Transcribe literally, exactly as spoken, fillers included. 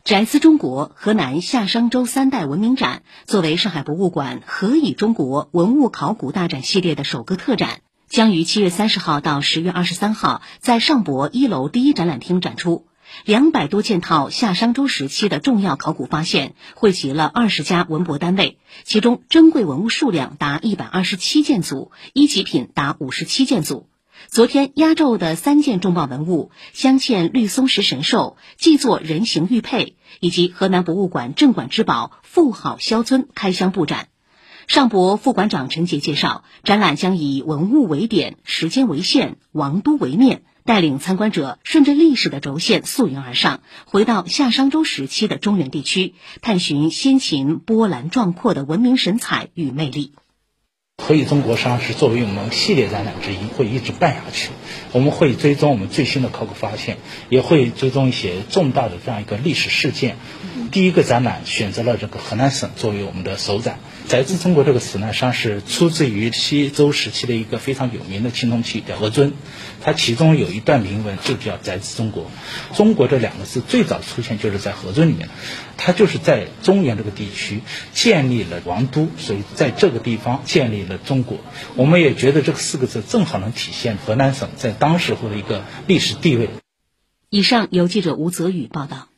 宅兹中国河南夏商周三代文明展作为上海博物馆何以中国文物考古大展系列的首个特展，将于七月三十号到十月二十三号在上博一楼第一展览厅展出。两百多件套夏商周时期的重要考古发现，汇集了二十家文博单位，其中珍贵文物数量达一百二十七件组，一级品达五十七件组。昨天压轴的三件重磅文物镶嵌绿松石神兽、祭作人形玉佩以及河南博物馆镇馆之宝妇好萧尊开箱布展。上博副馆长陈杰介绍，展览将以文物为点，时间为线，王都为面，带领参观者顺着历史的轴线溯源而上，回到夏商周时期的中原地区，探寻先秦波澜壮阔的文明神采与魅力。 何以中国实际上是作为我们系列展览之一，会一直办下去。我们会追踪我们最新的考古发现，也会追踪一些重大的这样一个历史事件。第一个展览选择了这个河南省作为我们的首展。宅兹中国这个词呢，实际上是出自于西周时期的一个非常有名的青铜器叫鹅尊，它其中有一段铭文就叫宅兹中国。中国这两个字最早出现就是在河尊里面，它就是在中原这个地区建立了王都，所以在这个地方建立了中国。我们也觉得这四个字正好能体现河南省在当时候的一个历史地位。 以上由记者吴泽宇报道。